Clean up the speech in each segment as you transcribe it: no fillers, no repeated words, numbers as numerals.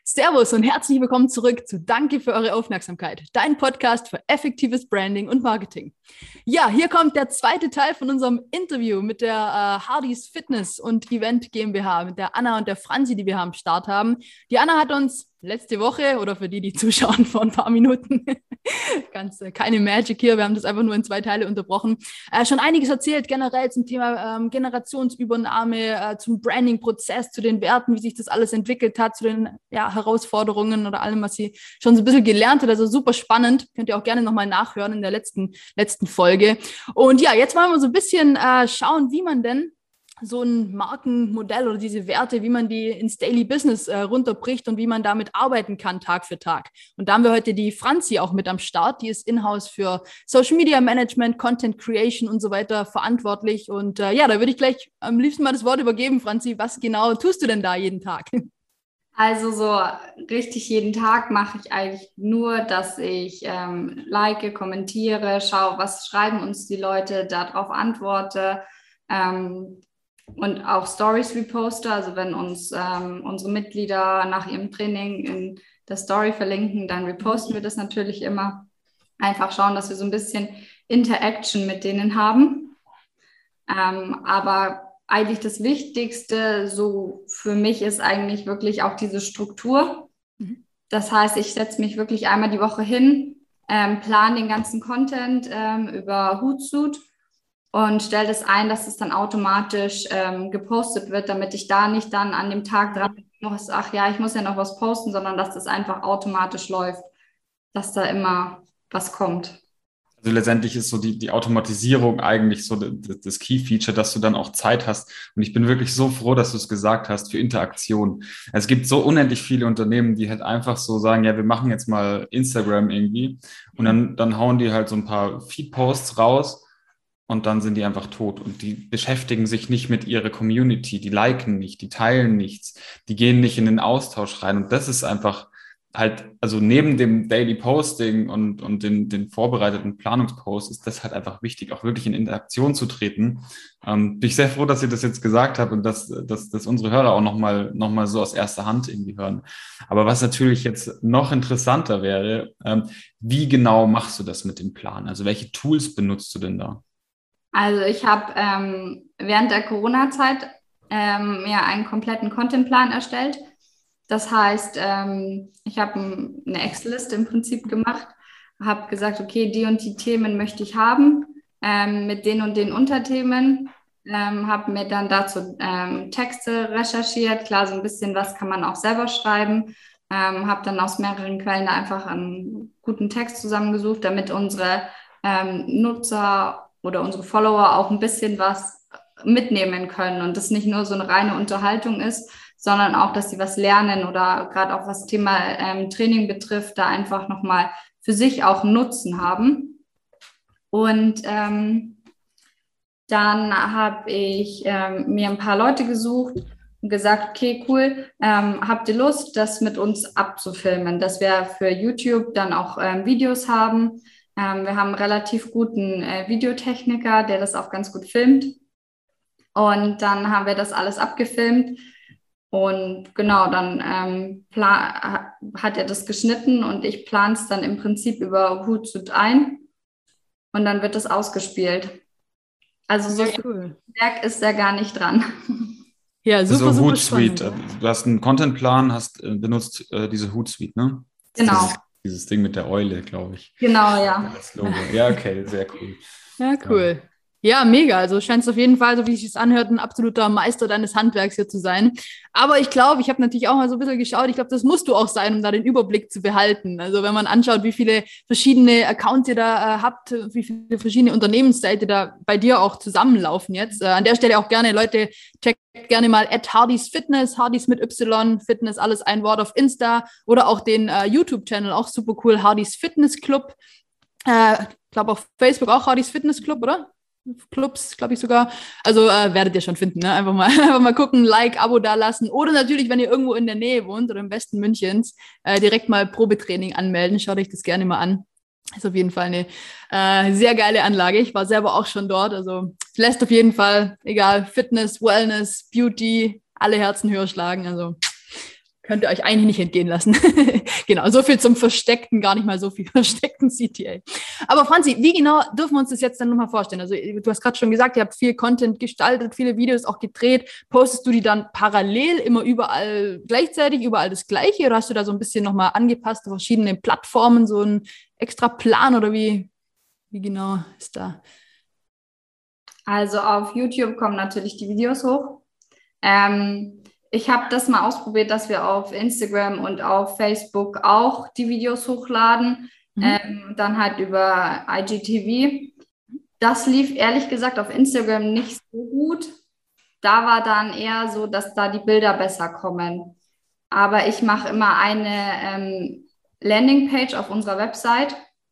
Servus und herzlich willkommen zurück zu Danke für eure Aufmerksamkeit, dein Podcast für effektives Branding und Marketing. Ja, hier kommt der zweite Teil von unserem Interview mit der Hardys Fitness und Event GmbH, mit der Anna und der Franzi, die wir am Start haben. Die Anna hat uns letzte Woche, oder für die, die zuschauen, vor ein paar Minuten, keine Magic hier, wir haben das einfach nur in 2 Teile unterbrochen, schon einiges erzählt, generell zum Thema Generationsübernahme, zum Branding-Prozess, zu den Werten, wie sich das alles entwickelt hat, zu den Herausforderungen oder allem, was sie schon so ein bisschen gelernt hat. Also super spannend, könnt ihr auch gerne nochmal nachhören in der letzten Folge. Und ja, jetzt wollen wir so ein bisschen schauen, wie man denn so ein Markenmodell oder diese Werte, wie man die ins Daily Business runterbricht und wie man damit arbeiten kann Tag für Tag. Und da haben wir heute die Franzi auch mit am Start. Die ist in-house für Social Media Management, Content Creation und so weiter verantwortlich. Und da würde ich gleich am liebsten mal das Wort übergeben, Franzi. Was genau tust du denn da jeden Tag? Also so richtig jeden Tag mache ich eigentlich nur, dass ich like, kommentiere, schaue, was schreiben uns die Leute, darauf antworte, und auch Stories reposte, also wenn uns unsere Mitglieder nach ihrem Training in der Story verlinken, dann reposten wir das natürlich immer. Einfach schauen, dass wir so ein bisschen Interaction mit denen haben. Aber eigentlich das Wichtigste so für mich ist eigentlich wirklich auch diese Struktur. Das heißt, ich setze mich wirklich einmal die Woche hin, plane den ganzen Content über Hootsuite und stelle das ein, dass es dann automatisch gepostet wird, damit ich da nicht dann an dem Tag dran bin, ich muss ja noch was posten, sondern dass das einfach automatisch läuft, dass da immer was kommt. Also letztendlich ist so die Automatisierung eigentlich so das Key-Feature, dass du dann auch Zeit hast. Und ich bin wirklich so froh, dass du es gesagt hast, für Interaktion. Es gibt so unendlich viele Unternehmen, die halt einfach so sagen, ja, wir machen jetzt mal Instagram irgendwie. Und dann hauen die halt so ein paar Feed-Posts raus. Und dann sind die einfach tot und die beschäftigen sich nicht mit ihrer Community, die liken nicht, die teilen nichts, die gehen nicht in den Austausch rein. Und das ist einfach halt, also neben dem Daily Posting und den vorbereiteten Planungsposts ist das halt einfach wichtig, auch wirklich in Interaktion zu treten. Bin ich sehr froh, dass ihr das jetzt gesagt habt und dass unsere Hörer auch noch mal so aus erster Hand irgendwie hören. Aber was natürlich jetzt noch interessanter wäre, wie genau machst du das mit dem Plan? Also welche Tools benutzt du denn da? Also ich habe während der Corona-Zeit mir einen kompletten Contentplan erstellt. Das heißt, ich habe eine Excel-Liste im Prinzip gemacht, habe gesagt, okay, die und die Themen möchte ich haben, mit den und den Unterthemen, habe mir dann dazu Texte recherchiert, klar, so ein bisschen was kann man auch selber schreiben, habe dann aus mehreren Quellen da einfach einen guten Text zusammengesucht, damit unsere Nutzer oder unsere Follower auch ein bisschen was mitnehmen können und das nicht nur so eine reine Unterhaltung ist, sondern auch, dass sie was lernen oder gerade auch was Thema Training betrifft, da einfach nochmal für sich auch einen Nutzen haben. Und dann habe ich mir ein paar Leute gesucht und gesagt, okay, cool, habt ihr Lust, das mit uns abzufilmen, dass wir für YouTube dann auch Videos haben. Wir haben einen relativ guten Videotechniker, der das auch ganz gut filmt. Und dann haben wir das alles abgefilmt. Und genau, dann hat er das geschnitten und ich plane es dann im Prinzip über Hootsuite ein. Und dann wird das ausgespielt. Also so viel Werk ist da gar nicht dran. Ja, super, also super Hootsuite. spannend. Du hast einen Contentplan, benutzt diese Hootsuite, ne? Genau. Dieses Ding mit der Eule, glaube ich. Genau, ja. Das Logo. Ja, okay, sehr cool. Ja, cool. Ja, mega. Also scheinst auf jeden Fall, so wie sich das anhört, ein absoluter Meister deines Handwerks hier zu sein. Aber ich glaube, ich habe natürlich auch mal so ein bisschen geschaut, ich glaube, das musst du auch sein, um da den Überblick zu behalten. Also wenn man anschaut, wie viele verschiedene Accounts ihr da habt, wie viele verschiedene Unternehmensseiten da bei dir auch zusammenlaufen jetzt. An der Stelle auch gerne, Leute, checkt gerne mal @Hardys Fitness, Hardys mit Y, Fitness, alles ein Wort auf Insta oder auch den YouTube-Channel, auch super cool, Hardys Fitness Club. Ich glaube auf Facebook auch Hardys Fitness Club, oder? Clubs, glaube ich sogar. Also werdet ihr schon finden, ne? Einfach mal gucken, Like, Abo da lassen. Oder natürlich, wenn ihr irgendwo in der Nähe wohnt oder im Westen Münchens, direkt mal Probetraining anmelden. Schaut euch das gerne mal an. Ist auf jeden Fall eine sehr geile Anlage. Ich war selber auch schon dort. Also es lässt auf jeden Fall, egal, Fitness, Wellness, Beauty, alle Herzen höher schlagen. Also könnt ihr euch eigentlich nicht entgehen lassen. Genau, so viel zum versteckten, gar nicht mal so viel versteckten CTA. Aber Franzi, wie genau dürfen wir uns das jetzt dann nochmal vorstellen? Also du hast gerade schon gesagt, ihr habt viel Content gestaltet, viele Videos auch gedreht. Postest du die dann parallel immer überall gleichzeitig, überall das Gleiche? Oder hast du da so ein bisschen nochmal angepasst auf verschiedene Plattformen, so einen extra Plan oder wie genau ist da? Also auf YouTube kommen natürlich die Videos hoch. Ich habe das mal ausprobiert, dass wir auf Instagram und auf Facebook auch die Videos hochladen, dann halt über IGTV. Das lief ehrlich gesagt auf Instagram nicht so gut. Da war dann eher so, dass da die Bilder besser kommen. Aber ich mache immer eine Landingpage auf unserer Website,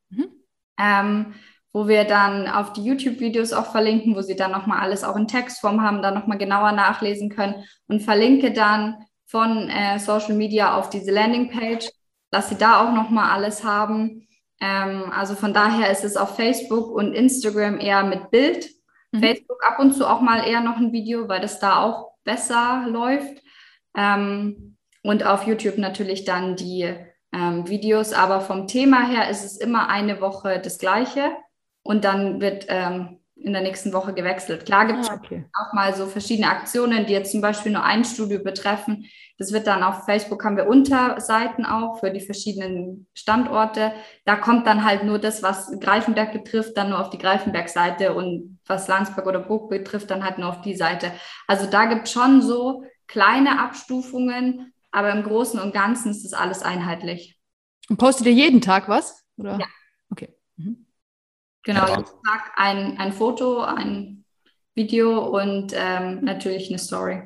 wo wir dann auf die YouTube-Videos auch verlinken, wo sie dann nochmal alles auch in Textform haben, dann nochmal genauer nachlesen können und verlinke dann von Social Media auf diese Landingpage, dass sie da auch nochmal alles haben. Also von daher ist es auf Facebook und Instagram eher mit Bild. Facebook ab und zu auch mal eher noch ein Video, weil das da auch besser läuft. Und auf YouTube natürlich dann die Videos, aber vom Thema her ist es immer eine Woche das Gleiche. Und dann wird in der nächsten Woche gewechselt. Klar gibt es auch mal so verschiedene Aktionen, die jetzt zum Beispiel nur ein Studio betreffen. Das wird dann auf Facebook, haben wir Unterseiten auch für die verschiedenen Standorte. Da kommt dann halt nur das, was Greifenberg betrifft, dann nur auf die Greifenberg-Seite und was Landsberg oder Bruck betrifft, dann halt nur auf die Seite. Also da gibt es schon so kleine Abstufungen, aber im Großen und Ganzen ist das alles einheitlich. Und postet ihr jeden Tag was? Oder? Ja. Okay. Genau, jeden Tag ein Foto, ein Video und natürlich eine Story.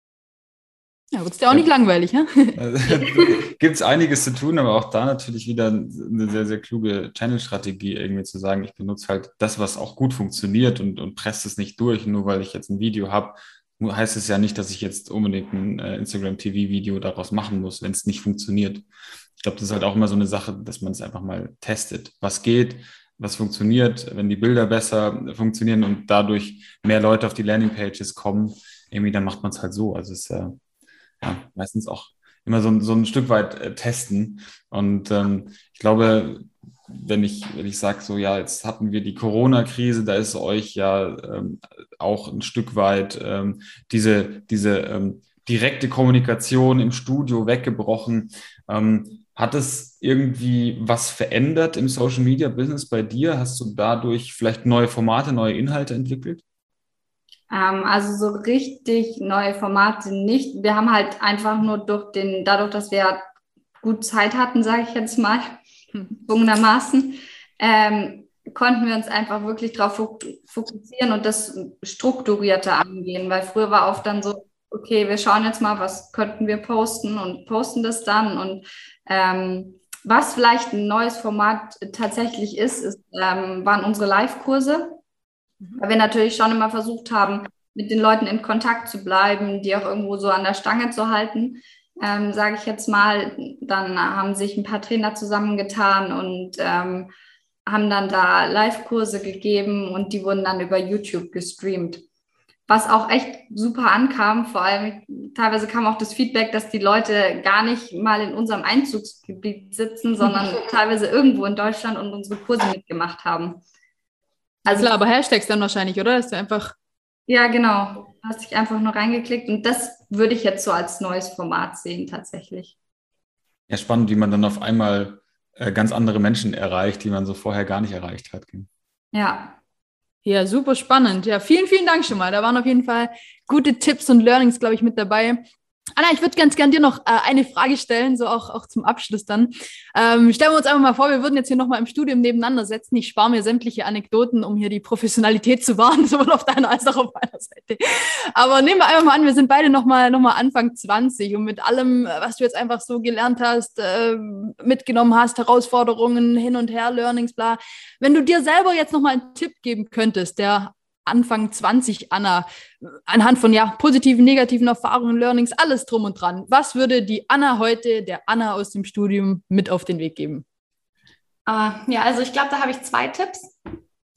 Ja, wird es dir auch nicht langweilig, ne? Gibt es einiges zu tun, aber auch da natürlich wieder eine sehr, sehr kluge Channel-Strategie, irgendwie zu sagen, ich benutze halt das, was auch gut funktioniert und presse es nicht durch, nur weil ich jetzt ein Video habe. Heißt es ja nicht, dass ich jetzt unbedingt ein Instagram-TV-Video daraus machen muss, wenn es nicht funktioniert. Ich glaube, das ist halt auch immer so eine Sache, dass man es einfach mal testet. Was geht, was funktioniert, wenn die Bilder besser funktionieren und dadurch mehr Leute auf die Landingpages kommen, irgendwie dann macht man es halt so. Also es ist meistens auch immer so ein Stück weit testen. Und ich glaube, wenn ich sage, so ja, jetzt hatten wir die Corona-Krise, da ist euch ja auch ein Stück weit diese direkte Kommunikation im Studio weggebrochen. Hat es irgendwie was verändert im Social-Media-Business bei dir? Hast du dadurch vielleicht neue Formate, neue Inhalte entwickelt? Also so richtig neue Formate nicht. Wir haben halt einfach nur dadurch, dass wir gut Zeit hatten, sage ich jetzt mal, gezwungenermaßen, konnten wir uns einfach wirklich darauf fokussieren und das strukturierter angehen, weil früher war oft dann so, okay, wir schauen jetzt mal, was könnten wir posten und posten das dann und was vielleicht ein neues Format tatsächlich waren unsere Live-Kurse, weil wir natürlich schon immer versucht haben, mit den Leuten in Kontakt zu bleiben, die auch irgendwo so an der Stange zu halten, sage ich jetzt mal. Dann haben sich ein paar Trainer zusammengetan und haben dann da Live-Kurse gegeben und die wurden dann über YouTube gestreamt. Was auch echt super ankam, vor allem teilweise kam auch das Feedback, dass die Leute gar nicht mal in unserem Einzugsgebiet sitzen, sondern teilweise irgendwo in Deutschland und unsere Kurse mitgemacht haben. Also klar, aber Hashtags dann wahrscheinlich, oder? Dass du einfach... Ja, genau. Du hast dich einfach nur reingeklickt und das würde ich jetzt so als neues Format sehen tatsächlich. Ja, spannend, wie man dann auf einmal ganz andere Menschen erreicht, die man so vorher gar nicht erreicht hat. Ja. Ja, super spannend. Ja, vielen, vielen Dank schon mal. Da waren auf jeden Fall gute Tipps und Learnings, glaube ich, mit dabei. Anna, ich würde ganz gern dir noch eine Frage stellen, so auch zum Abschluss dann. Stellen wir uns einfach mal vor, wir würden jetzt hier nochmal im Studium nebeneinander setzen. Ich spare mir sämtliche Anekdoten, um hier die Professionalität zu wahren, sowohl auf deiner als auch auf meiner Seite. Aber nehmen wir einfach mal an, wir sind beide noch mal Anfang 20 und mit allem, was du jetzt einfach so gelernt hast, mitgenommen hast, Herausforderungen, hin und her, Learnings, bla. Wenn du dir selber jetzt nochmal einen Tipp geben könntest, der Anfang 20 Anna, anhand von positiven, negativen Erfahrungen, Learnings, alles drum und dran. Was würde die Anna heute, der Anna aus dem Studium, mit auf den Weg geben? Ja, also ich glaube, da habe ich 2 Tipps.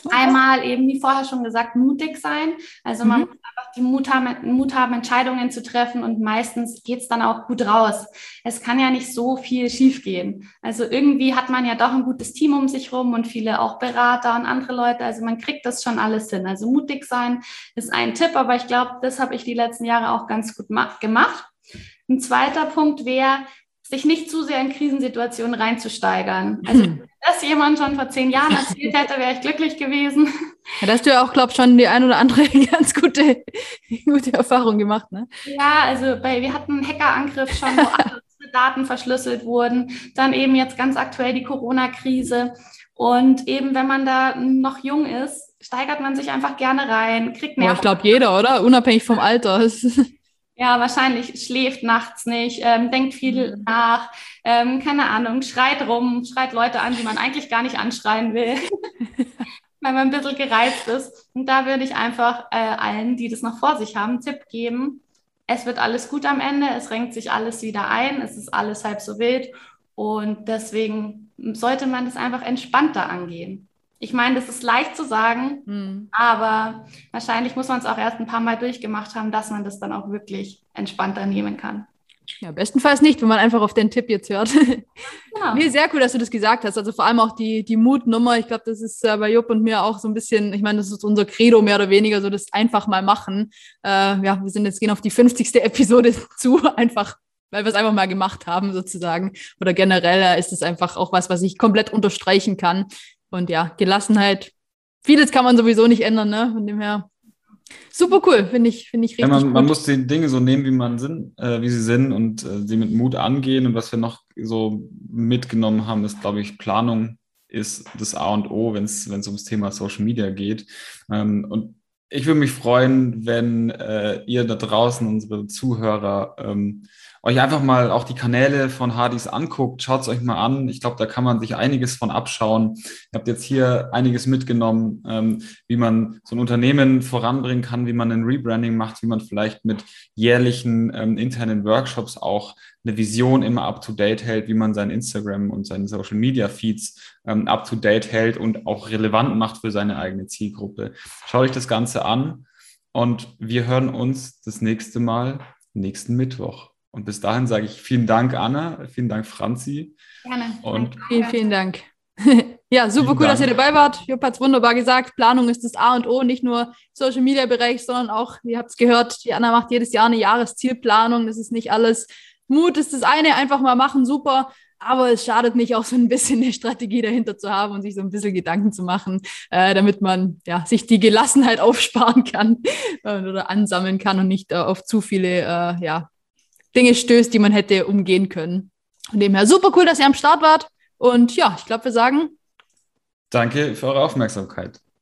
Einmal eben, wie vorher schon gesagt, mutig sein. Also man muss einfach die Mut haben, Entscheidungen zu treffen und meistens geht es dann auch gut raus. Es kann ja nicht so viel schiefgehen. Also irgendwie hat man ja doch ein gutes Team um sich rum und viele auch Berater und andere Leute. Also man kriegt das schon alles hin. Also mutig sein ist ein Tipp, aber ich glaube, das habe ich die letzten Jahre auch ganz gut gemacht. Ein zweiter Punkt wäre, sich nicht zu sehr in Krisensituationen reinzusteigern. Also wenn das jemand schon vor 10 Jahren erzählt hätte, wäre ich glücklich gewesen. Ja, da hast du ja auch, glaube ich, schon die ein oder andere ganz gute Erfahrung gemacht, ne? Ja, also wir hatten einen Hackerangriff schon, wo alle unsere Daten verschlüsselt wurden. Dann eben jetzt ganz aktuell die Corona-Krise. Und eben, wenn man da noch jung ist, steigert man sich einfach gerne rein, kriegt Nerven. Ja, ich glaube, jeder, oder? Unabhängig vom Alter. Ja, wahrscheinlich schläft nachts nicht, denkt viel nach, keine Ahnung, schreit Leute an, die man eigentlich gar nicht anschreien will, weil man ein bisschen gereizt ist. Und da würde ich einfach allen, die das noch vor sich haben, einen Tipp geben. Es wird alles gut am Ende, es renkt sich alles wieder ein, es ist alles halb so wild und deswegen sollte man das einfach entspannter angehen. Ich meine, das ist leicht zu sagen, aber wahrscheinlich muss man es auch erst ein paar Mal durchgemacht haben, dass man das dann auch wirklich entspannter nehmen kann. Ja, bestenfalls nicht, wenn man einfach auf den Tipp jetzt hört. Genau. Nee, sehr cool, dass du das gesagt hast. Also vor allem auch die Mutnummer. Ich glaube, das ist bei Jupp und mir auch so ein bisschen, ich meine, das ist unser Credo mehr oder weniger, so das einfach mal machen. Ja, gehen auf die 50. Episode zu, einfach weil wir es einfach mal gemacht haben sozusagen. Oder generell ist es einfach auch was ich komplett unterstreichen kann. Und ja, Gelassenheit, vieles kann man sowieso nicht ändern, ne? Von dem her, super cool, finde ich richtig Ja, man gut. muss die Dinge so nehmen, wie sie sind und sie mit Mut angehen. Und was wir noch so mitgenommen haben, ist, glaube ich, Planung ist das A und O, wenn es ums Thema Social Media geht. Und ich würde mich freuen, wenn ihr da draußen, unsere Zuhörer, euch einfach mal auch die Kanäle von Hardys anguckt. Schaut es euch mal an. Ich glaube, da kann man sich einiges von abschauen. Ihr habt jetzt hier einiges mitgenommen, wie man so ein Unternehmen voranbringen kann, wie man ein Rebranding macht, wie man vielleicht mit jährlichen internen Workshops auch eine Vision immer up-to-date hält, wie man sein Instagram und seine Social-Media-Feeds up-to-date hält und auch relevant macht für seine eigene Zielgruppe. Schaut euch das Ganze an und wir hören uns das nächste Mal nächsten Mittwoch. Und bis dahin sage ich vielen Dank, Anna, vielen Dank, Franzi. Gerne. Und Vielen Dank. Ja, super cool, dass ihr dabei wart. Jupp hat es wunderbar gesagt. Planung ist das A und O, nicht nur Social-Media-Bereich, sondern auch, ihr habt es gehört, die Anna macht jedes Jahr eine Jahreszielplanung. Das ist nicht alles. Mut ist das eine, einfach mal machen, super. Aber es schadet nicht, auch so ein bisschen eine Strategie dahinter zu haben und sich so ein bisschen Gedanken zu machen, damit man sich die Gelassenheit aufsparen kann oder ansammeln kann und nicht auf zu viele Dinge stößt, die man hätte umgehen können. Von dem her super cool, dass ihr am Start wart. Und ja, ich glaube, wir sagen danke für eure Aufmerksamkeit.